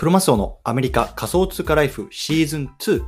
クロマスオのアメリカ仮想通貨ライフシーズン2。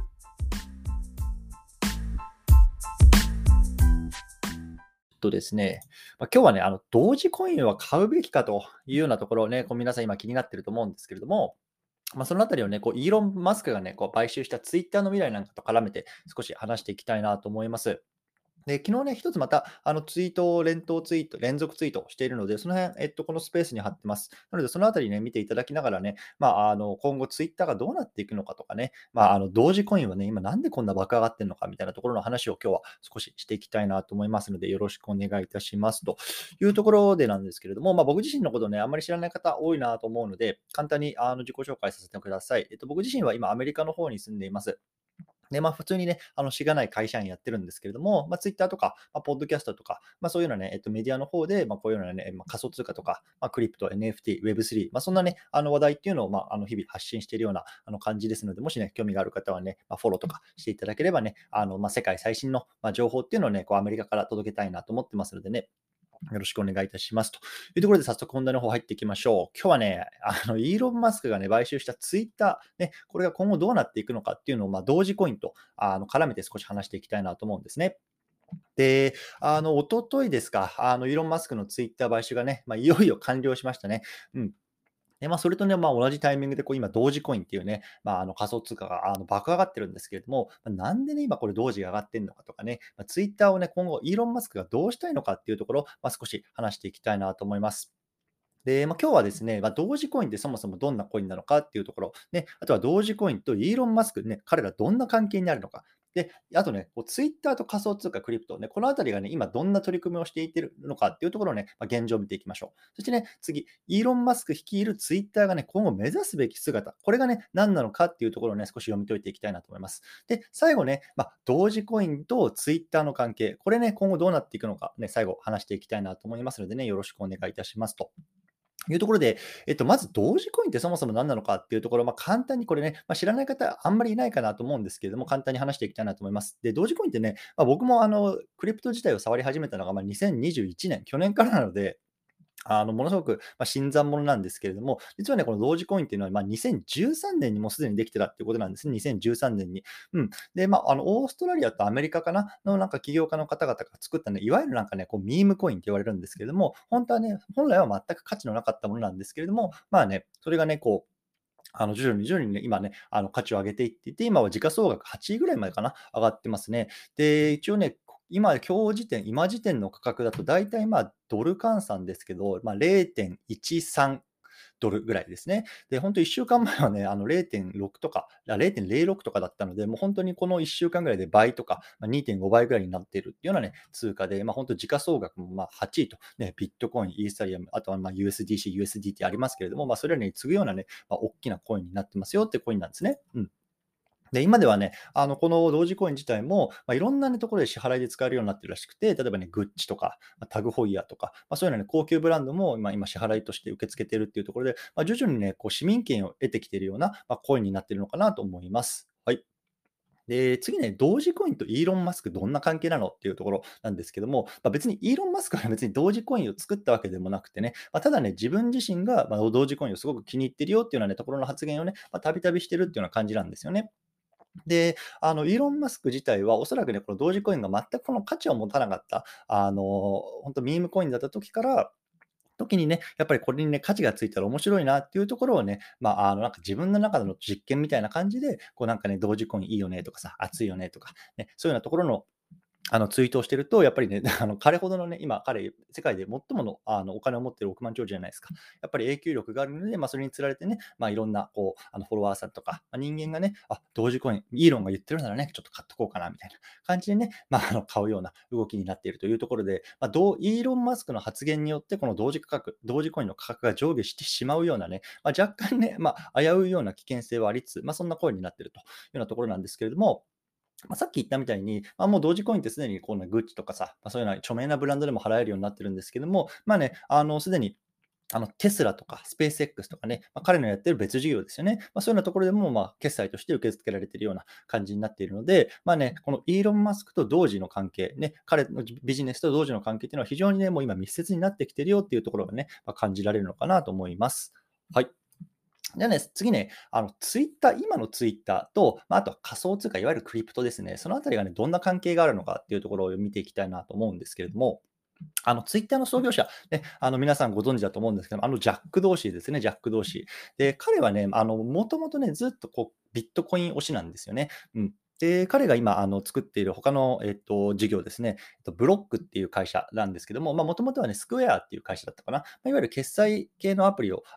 ですね、今日はね、同時コインは買うべきかというようなところをね、皆さん今気になってると思うんですけれども、そのあたりをね、イーロン・マスクがね、買収したツイッターの未来なんかと絡めて少し話していきたいなと思います。で、昨日ね、一つまた、ツイートを連続ツイートをしているので、その辺、このスペースに貼ってます。なので、そのあたりね、見ていただきながらね、今後ツイッターがどうなっていくのかとかね、同時コインはね、今なんでこんな爆上がってるのかみたいなところの話を今日は少ししていきたいなと思いますので、よろしくお願いいたしますというところでなんですけれども、僕自身のことね、あんまり知らない方多いなと思うので、簡単に自己紹介させてください。僕自身は今アメリカの方に住んでいます。で、普通にね、しがない会社員やってるんですけれども、ツイッターとか、ポッドキャストとか、そういうようなね、メディアの方で、こういうようなね、仮想通貨とか、クリプト、NFT、Web3、そんなね、話題っていうのを、日々発信しているような、感じですので、もしね、興味がある方はね、フォローとかしていただければね、世界最新の、情報っていうのをね、アメリカから届けたいなと思ってますのでね、よろしくお願いいたしますというところで早速本題の方入っていきましょう。今日はね、イーロン・マスクがね、買収したツイッター、ね、これが今後どうなっていくのかっていうのを、同時コインと絡めて少し話していきたいなと思うんですね。で、一昨日ですか、イーロン・マスクのツイッター買収がね、いよいよ完了しましたね。うん。で、それとね、同じタイミングで今同時コインっていうね、仮想通貨が爆上がってるんですけれども、なんでね、今これ同時が上がってんのかとかね、ツイッターをね、今後イーロン・マスクがどうしたいのかっていうところを、少し話していきたいなと思います。で、今日はですね、同時コインってそもそもどんなコインなのかっていうところ、ね、あとは同時コインとイーロン・マスクね、彼らどんな関係にあるのか。で、あとね、ツイッターと仮想通貨、クリプトね、このあたりがね、今どんな取り組みをしていってるのかっていうところをね、現状を見ていきましょう。そしてね、次、イーロン・マスク率いるツイッターがね、今後目指すべき姿、これがね、何なのかっていうところをね、少し読み解いていきたいなと思います。で、最後ね、同時コインとツイッターの関係、これね、今後どうなっていくのか、ね、最後話していきたいなと思いますのでね、よろしくお願いいたしますと。いうところで、まず同時コインってそもそも何なのかっていうところ、簡単にこれね、知らない方あんまりいないかなと思うんですけれども、簡単に話していきたいなと思います。で、同時コインってね、僕もクリプト自体を触り始めたのが、2021年、去年からなので、ものすごく、新参者なんですけれども、実はね、この同時コインっていうのは、2013年にもうすでにできてたっていうことなんですね。2013年に。うん。で、オーストラリアとアメリカかなのなんか起業家の方々が作ったね、いわゆるなんかね、ミームコインって言われるんですけれども、本当はね、本来は全く価値のなかったものなんですけれども、それがね、徐々にね、今ね、価値を上げていっていて、今は時価総額8位ぐらいまでかな、上がってますね。で、一応ね、今時点の価格だと大体ドル換算ですけど、0.13ドルぐらいですね。で、本当1週間前はね、0.6とか、0.06とかだったので、もう本当にこの1週間ぐらいで倍とか、2.5倍ぐらいになっているっていうようなね、通貨で、本当時価総額も8位と、ね、ビットコイン、イーサリアム、あとはUSDC、USDT ありますけれども、それらに次ぐようなね、大きなコインになってますよってコインなんですね。うん。で、今ではね、この同時コイン自体も、いろんなね、ところで支払いで使えるようになってるらしくて、例えばね、グッチとか、タグホイヤーとか、そういうのね、高級ブランドも今支払いとして受け付けてるっていうところで、徐々にね、市民権を得てきているような、コインになっているのかなと思います。はい。で、次ね、同時コインとイーロン・マスクどんな関係なのっていうところなんですけども、別にイーロン・マスクは別に同時コインを作ったわけでもなくてね、ただね、自分自身が同時コインをすごく気に入ってるよっていうようなね、ところの発言をね、たびたびしてるっていうような感じなんですよね。で、イーロン・マスク自体はおそらくね、この同時コインが全くこの価値を持たなかった、本当ミームコインだった時にね、やっぱりこれにね、価値がついたら面白いなっていうところをね、なんか自分の中での実験みたいな感じで、なんかね、同時コインいいよねとかさ、熱いよねとか、ね、そういうようなところのツイートをしてると、やっぱりね、彼ほどのね、今、世界で最もの、お金を持っている億万長者じゃないですか。やっぱり影響力があるので、それにつられてね、いろんな、フォロワーさんとか、人間がね、同時コイン、イーロンが言ってるならね、ちょっと買っとこうかな、みたいな感じでね、買うような動きになっているというところで、イーロン・マスクの発言によって、この同時コインの価格が上下してしまうようなね、若干ね、危ういような危険性はありつつ、そんな声になっているというようなところなんですけれども、さっき言ったみたいに、もう同時コインってすでにこうね、グッチとかさ、そういうような著名なブランドでも払えるようになってるんですけども、すでにテスラとかスペース X とかね、彼のやってる別事業ですよね。そういうようなところでも、決済として受け付けられているような感じになっているので、このイーロン・マスクと同時の関係、ね、彼のビジネスと同時の関係っていうのは非常にね、もう今密接になってきてるよっていうところがね、感じられるのかなと思います。はい。 じゃあね、次ね、ツイッター、今のツイッターと、あとは仮想通貨、いわゆるクリプトですね。そのあたりがね、どんな関係があるのかっていうところを見ていきたいなと思うんですけれども、ツイッターの創業者、ね、皆さんご存知だと思うんですけど、ジャック・ドーシーですね、ジャック・ドーシー。で、彼はね、もともとね、ずっとこう、ビットコイン推しなんですよね。うん。で、彼が今、作っている他の、事業ですね、ブロックっていう会社なんですけども、もともとはね、スクエアっていう会社だったかな。いわゆる決済系のアプリを、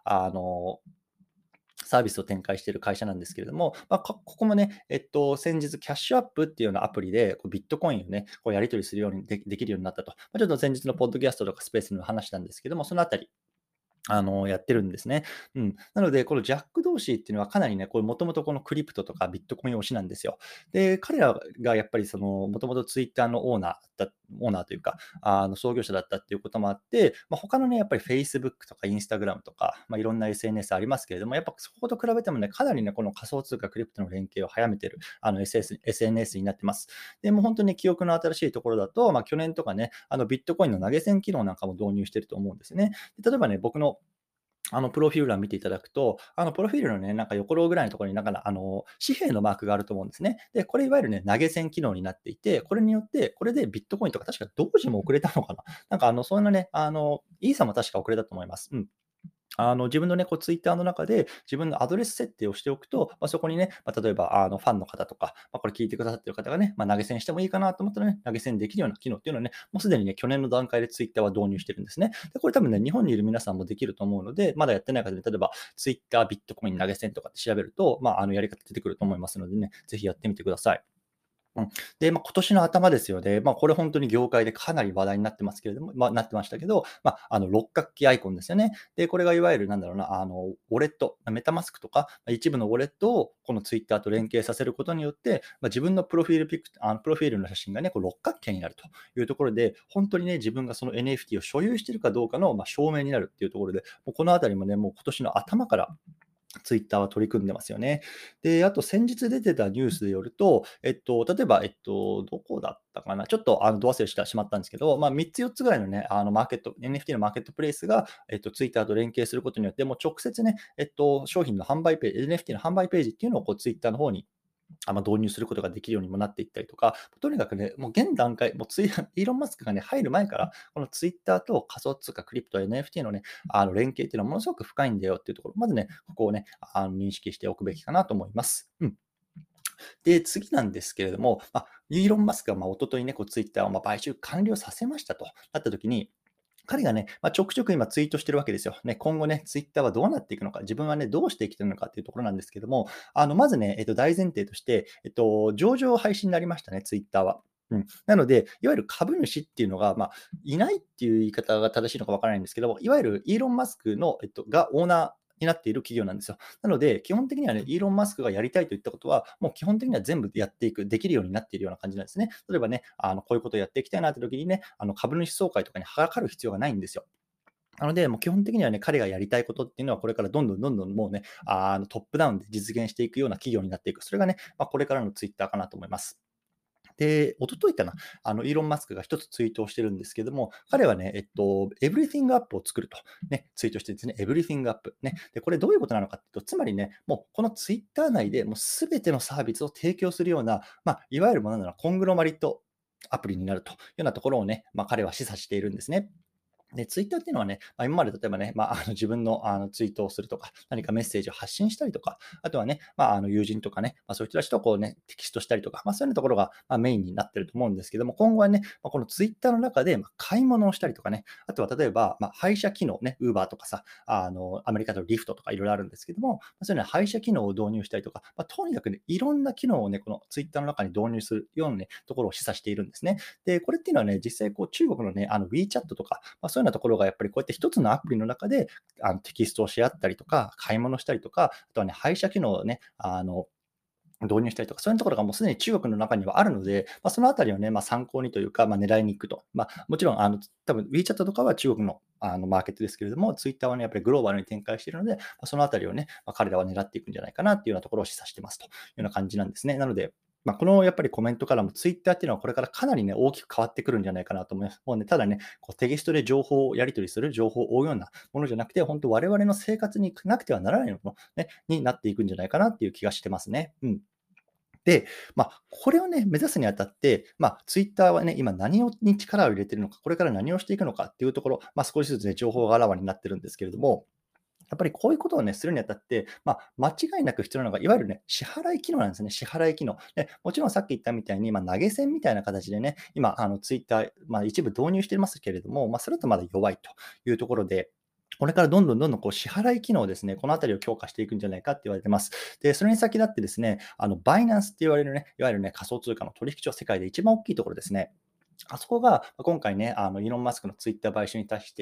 サービスを展開している会社なんですけれども、ここもね、先日、キャッシュアップっていうようなアプリで、こうビットコインをね、こうやり取りするようにできるようになったと。ちょっと先日のポッドキャストとかスペースの話したんですけども、そのあたりやってるんですね。うん。なので、このジャック・ドーシーっていうのはかなりね、これもともとこのクリプトとかビットコイン推しなんですよ。で、彼らがやっぱりその、もともとツイッターのオーナーというか、創業者だったっていうこともあって、他のね、やっぱり Facebook とか Instagram とか、いろんな SNS ありますけれども、やっぱそこと比べてもね、かなりね、この仮想通貨、クリプトの連携を早めてる、SNS になってます。で、もう本当に記憶の新しいところだと、去年とかね、ビットコインの投げ銭機能なんかも導入してると思うんですね。で例えばね、僕のプロフィール欄見ていただくと、プロフィールのね、なんか横ローぐらいのところに、紙幣のマークがあると思うんですね。で、これいわゆるね、投げ銭機能になっていて、これによって、これでビットコインとか、確か同時も送れたのかな。なんかそんなね、イーサも確か送れたと思います。うん。自分のね、こうツイッターの中で自分のアドレス設定をしておくと、そこにね、例えばファンの方とか、これ聞いてくださっている方がね、投げ銭してもいいかなと思ったらね、投げ銭できるような機能っていうのはね、もうすでにね、去年の段階でツイッターは導入してるんですね。で、これ多分ね、日本にいる皆さんもできると思うので、まだやってない方で、例えばツイッタービットコイン投げ銭とかって調べると、やり方出てくると思いますのでね、ぜひやってみてください。うん。で、今年の頭ですよね。これ本当に業界でかなり話題になってますけれども、なってましたけど、六角形アイコンですよね。で、これがいわゆるなんだろうな、ウォレット、メタマスクとか、一部のウォレットをこのツイッターと連携させることによって、自分のプロフィールピクプロフィールの写真がね、こう六角形になるというところで、本当にね、自分がその NFT を所有しているかどうかの、証明になるっていうところで、もうこのあたりもね、もう今年の頭からツイッターは取り組んでますよね。で、あと先日出てたニュースでよると、例えば、どこだったかな、ちょっとど忘れしてしまったんですけど、3つ4つぐらいのね、NFT のマーケットプレイスが、ツイッターと連携することによって、もう直接ね、商品の販売ページ、NFT の販売ページっていうのをこうツイッターの方に導入することができるようにもなっていったりとか、とにかくね、もう現段階、もうイーロン・マスクがね、入る前から、このツイッターと仮想通貨、クリプト、NFT のね、連携っていうのはものすごく深いんだよっていうところ、まずね、ここをね、認識しておくべきかなと思います。うん。で、次なんですけれども、イーロン・マスクが一昨日ね、こうツイッターを買収完了させましたとなった時に、彼がね、ちょくちょく今ツイートしてるわけですよ。ね、今後ね、ツイッターはどうなっていくのか、自分はね、どうしていきたいのかっていうところなんですけども、まずね、大前提として、上場廃止になりましたね、ツイッターは。うん。なので、いわゆる株主っていうのが、いないっていう言い方が正しいのかわからないんですけども、いわゆるイーロン・マスクの、がオーナーになっている企業なんですよ。なので、基本的にはね、イーロン・マスクがやりたいといったことは、もう基本的には全部やっていく、できるようになっているような感じなんですね。例えばね、こういうことをやっていきたいなって時にね、株主総会とかに諮る必要がないんですよ。なので、もう基本的にはね、彼がやりたいことっていうのは、これからどんどんどんどんもうね、トップダウンで実現していくような企業になっていく。それがね、これからのツイッターかなと思います。で、一昨日かな、イーロン・マスクが一つツイートをしてるんですけども、彼はね、エブリ t ングアップを作ると、ね、ツイートしてですね、エブリ t ングアップ。ね。で、これどういうことなのかっていうと、つまりね、もうこのツイッター内でもうすべてのサービスを提供するような、いわゆるものならコングロマリットアプリになるというようなところをね、彼は示唆しているんですね。で、ツイッターっていうのはね、今まで例えばね、自分のツイートをするとか、何かメッセージを発信したりとか、あとはね、友人とかね、そういう人たちとこうね、テキストしたりとか、そういうようなところが、メインになってると思うんですけども、今後はね、このツイッターの中で、買い物をしたりとかね、あとは例えば、配車機能ね、ウーバーとかさ、アメリカだとリフトとかいろいろあるんですけども、そういうね、配車機能を導入したりとか、とにかくね、いろんな機能をね、このツイッターの中に導入するようなね、ところを示唆しているんですね。で、これっていうのはね、実際こう中国のね、WeChat とか、そういうようなところがやっぱりこうやって一つのアプリの中でテキストをし合ったりとか、買い物したりとか、あとはね、配車機能をね、導入したりとか、そういうところがもうすでに中国の中にはあるので、そのあたりをね、参考にというか、狙いに行くと。もちろん、多分 WeChat とかは中国のマーケットですけれども、Twitter はね、やっぱりグローバルに展開しているので、そのあたりをね、彼らは狙っていくんじゃないかなっていうようなところを示唆してますというような感じなんですね。なので、 このやっぱりコメントからも、ツイッターっていうのはこれからかなりね、大きく変わってくるんじゃないかなと思います。もうね、ただね、こうテキストで情報をやり取りする、情報を追うようなものじゃなくて、本当我々の生活になくてはならないもの、ね、になっていくんじゃないかなっていう気がしてますね。うん。で、これをね、目指すにあたって、ツイッターはね、今に力を入れているのか、これから何をしていくのかっていうところ、少しずつね、情報があらわになってるんですけれども、やっぱりこういうことをね、するにあたって、間違いなく必要なのが、いわゆるね、支払い機能なんですね。支払い機能。で、もちろんさっき言ったみたいに、投げ銭みたいな形でね、今、ツイッター、一部導入してますけれども、それだとまだ弱いというところで、これからどんどんこう支払い機能をですね、このあたりを強化していくんじゃないかって言われてます。で、それに先立ってですね、バイナンスって言われるね、いわゆるね、仮想通貨の取引所、世界で一番大きいところですね。あそこが今回ね、イーロン・マスクのツイッター買収に対して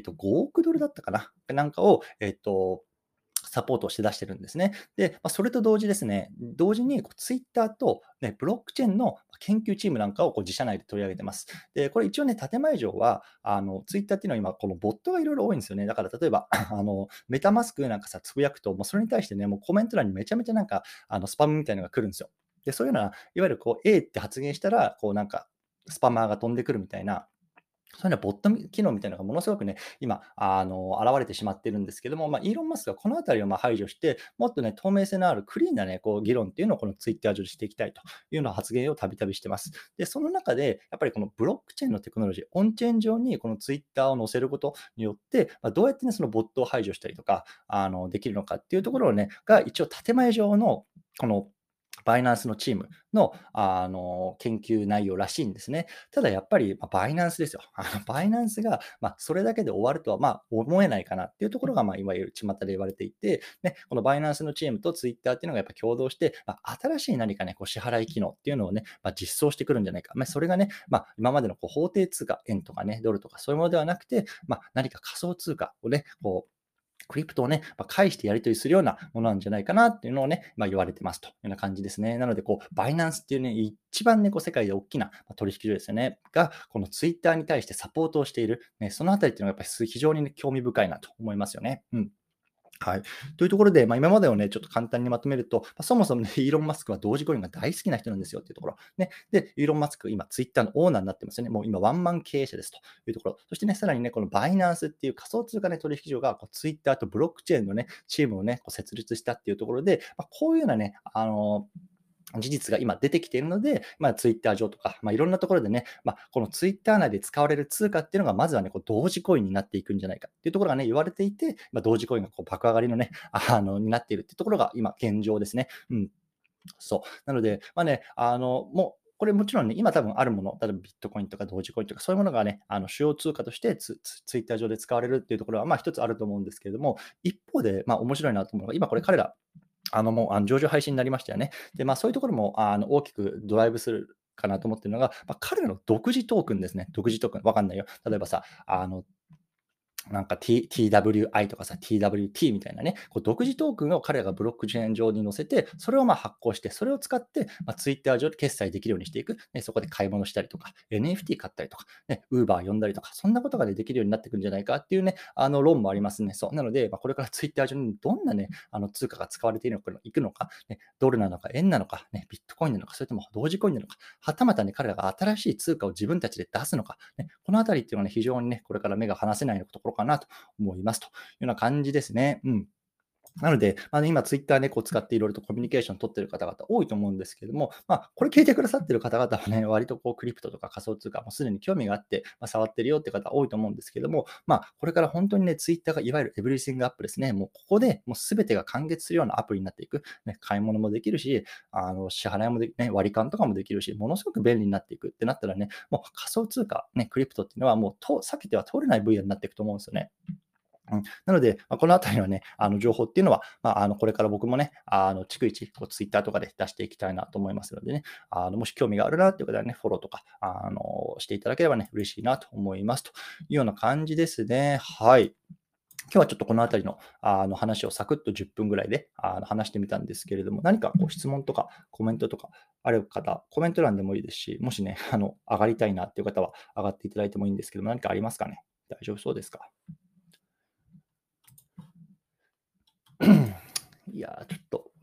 、5億ドルだったかななんかを、サポートをして出してるんですね。で、それと同時ですね、同時にツイッターと、ね、ブロックチェーンの研究チームなんかを自社内で取り上げてます。で、これ一応ね、建前上は、ツイッターっていうのは今、このボットがいろいろ多いんですよね。だから例えば、メタマスクなんかさ、つぶやくと、もうそれに対してね、もうコメント欄にめちゃめちゃなんか、スパムみたいなのが来るんですよ。で、そういうのは、いわゆるこう、A って発言したら、こうなんか、スパマーが飛んでくるみたいな、そういうのはボット機能みたいなのがものすごくね、今、現れてしまってるんですけども、イーロン・マスクはこのあたりを排除して、もっとね、透明性のあるクリーンなね、こう議論っていうのをこのツイッター上でしていきたいというような発言をたびたびしてます。で、その中で、やっぱりこのブロックチェーンのテクノロジー、オンチェーン上にこのツイッターを載せることによって、どうやってね、そのボットを排除したりとか、できるのかっていうところをね、が一応建前上の、このバイナンスのチームの、研究内容らしいんですね。ただやっぱり、バイナンスですよ。バイナンスが、それだけで終わるとは、思えないかなっていうところが、いわゆる巷で言われていて、ね、このバイナンスのチームとツイッターっていうのがやっぱ共同して、新しい何かね、こう支払い機能っていうのをね、実装してくるんじゃないか。それがね、今までのこう法定通貨、円とかね、ドルとかそういうものではなくて、何か仮想通貨をね、こうクリプトをね、介してやり取りするようなものなんじゃないかなっていうのをね、言われてますというような感じですね。なので、バイナンスっていうね、一番ね、世界で大きな取引所ですよね、が、このツイッターに対してサポートをしている、ね、そのあたりっていうのがやっぱり非常にね、興味深いなと思いますよね。うん。はい。というところで、今までをね、ちょっと簡単にまとめると、そもそもね、イーロン・マスクは同時コインが大好きな人なんですよっていうところ。ね。で、イーロン・マスク、今、ツイッターのオーナーになってますよね。もう今、ワンマン経営者ですというところ。そしてね、さらにね、このバイナンスっていう仮想通貨ね、取引所が、ツイッターとブロックチェーンのね、チームをね、設立したっていうところで、こういうようなね、事実が今出てきているので、ツイッター上とか、いろんなところでね、このツイッター内で使われる通貨っていうのが、まずはね、同時コインになっていくんじゃないかっていうところがね、言われていて、同時コインが爆上がりのね、になっているっていうところが今現状ですね。うん。そう。なので、もう、これもちろんね、今多分あるもの、例えばビットコインとか同時コインとか、そういうものがね、主要通貨としてツイッター上で使われるっていうところは、一つあると思うんですけれども、一方で、面白いなと思うのが、今これ彼ら、もう、上場廃止になりましたよね。で、そういうところも、大きくドライブするかなと思ってるのが、彼らの独自トークンですね。独自トークン、わかんないよ。例えばさ、なんか TWI とかさ、TWT みたいなね、独自トークンを彼らがブロックチェーン上に載せて、それを発行して、それを使って、ツイッター上で決済できるようにしていく、ね、そこで買い物したりとか、NFT 買ったりとか、ね、Uber 呼んだりとか、そんなことが、ね、できるようになっていくんじゃないかっていうね、論もありますね。そう。なので、これからツイッター上にどんなね、通貨が使われているのか、いくのか、ね、ドルなのか、円なのか、ね、ビットコインなのか、それとも同時コインなのか、はたまたね、彼らが新しい通貨を自分たちで出すのか、ね、このあたりっていうのはね、非常にね、これから目が離せないところかなと思いますというような感じですね。うん。なので、今、ツイッターね、使っていろいろとコミュニケーション取っている方々多いと思うんですけれども、これ聞いてくださっている方々はね、割とクリプトとか仮想通貨もすでに興味があって、触ってるよって方多いと思うんですけれども、これから本当にね、ツイッターがいわゆるエブリシングアップですね。もうここでもう全てが完結するようなアプリになっていく。ね、買い物もできるし、支払いもね、割り勘とかもできるし、ものすごく便利になっていくってなったらね、もう仮想通貨、ね、クリプトっていうのはもう避けては通れない分野になっていくと思うんですよね。うん、なので、このあたりはね、情報っていうのは、これから僕もね、逐一、ツイッターとかで出していきたいなと思いますのでね、もし興味があるなっていう方はね、フォローとか、していただければね、嬉しいなと思いますというような感じですね。はい。今日はちょっとこのあたりの話をサクッと10分ぐらいで話してみたんですけれども、何か質問とかコメントとかある方、コメント欄でもいいですし、もしね、上がりたいなっていう方は上がっていただいてもいいんですけども、何かありますかね？大丈夫そうですか？いやー、ちょっと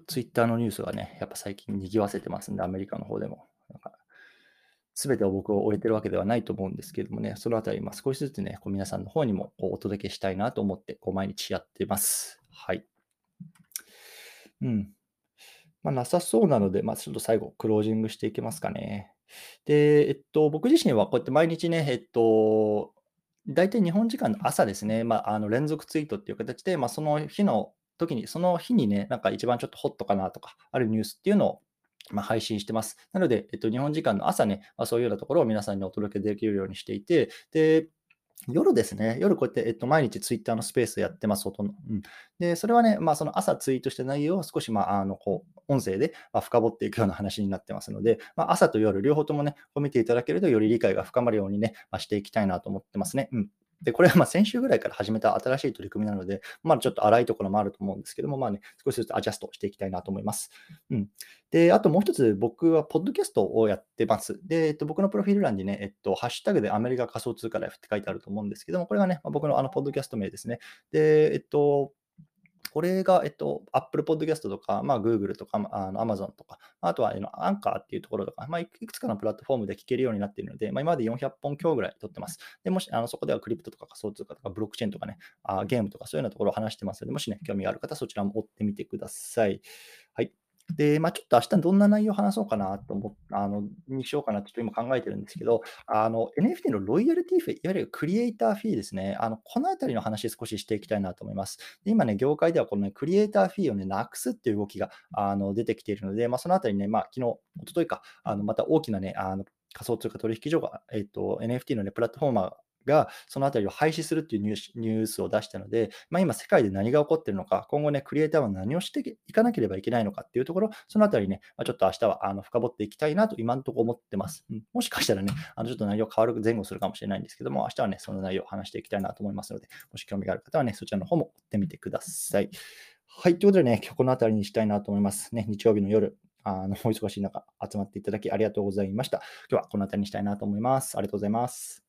ツイッターのニュースがね、やっぱ最近賑わせてますんで、アメリカの方でも。なんか全てを僕を終えてるわけではないと思うんですけれどもね、そのあたり、少しずつね、皆さんの方にもお届けしたいなと思って、毎日やってます。はい。うん。なさそうなので、ちょっと最後クロージングしていきますかね。で、僕自身はこうやって毎日ね、だいたい日本時間の朝ですね、連続ツイートっていう形で、その日の時に、その日にね、なんか一番ちょっとホットかなとか、あるニュースっていうのを、配信してます。なので、日本時間の朝ね、そういうようなところを皆さんにお届けできるようにしていて、で、夜ですね。夜こうやって、毎日ツイッターのスペースやってます、うん。で、それはね、その朝ツイートした内容を少し、音声で、深掘っていくような話になってますので、朝と夜両方ともね、こう見ていただけるとより理解が深まるようにね、していきたいなと思ってますね。うん。で、これは先週ぐらいから始めた新しい取り組みなので、まだちょっと荒いところもあると思うんですけども、少しずつアジャストしていきたいなと思います。うん。で、あともう一つ、僕はポッドキャストをやってます。で、僕のプロフィール欄にね、ハッシュタグでアメリカ仮想通貨ライフって書いてあると思うんですけども、これがね、僕のポッドキャスト名ですね。で、これが、Apple Podcast とか、Google とか、Amazon とか、あとは、アンカーっていうところとか、いくつかのプラットフォームで聞けるようになっているので、今まで400本強ぐらい撮ってます。で、もし、そこではクリプトとか仮想通貨とか、ブロックチェーンとかね、ゲームとかそういうようなところを話してますので、もしね、興味がある方はそちらも追ってみてください。はい。で、ちょっと明日どんな内容を話そうかなとにしようかなとちょっと今考えてるんですけど、NFT のロイヤリティフィー、いわゆるクリエイターフィーですね。このあたりの話少ししていきたいなと思います。で今ね、業界ではこのね、クリエイターフィーをね、なくすっていう動きが、出てきているので、そのあたりね、昨日、一昨日か、また大きなね、仮想通貨取引所が、NFT のね、プラットフォーマーが、そのあたりを廃止するっていうニュースを出したので、今世界で何が起こっているのか、今後ね、クリエイターは何をしていかなければいけないのかっていうところ、そのあたりね、ちょっと明日は深掘っていきたいなと今のところ思ってます。うん、もしかしたらね、ちょっと内容変わる前後するかもしれないんですけども、明日はね、その内容を話していきたいなと思いますので、もし興味がある方はね、そちらの方も追ってみてください。はい、ということでね、今日このあたりにしたいなと思います。ね、日曜日の夜、お忙しい中、集まっていただきありがとうございました。今日はこのあたりにしたいなと思います。ありがとうございます。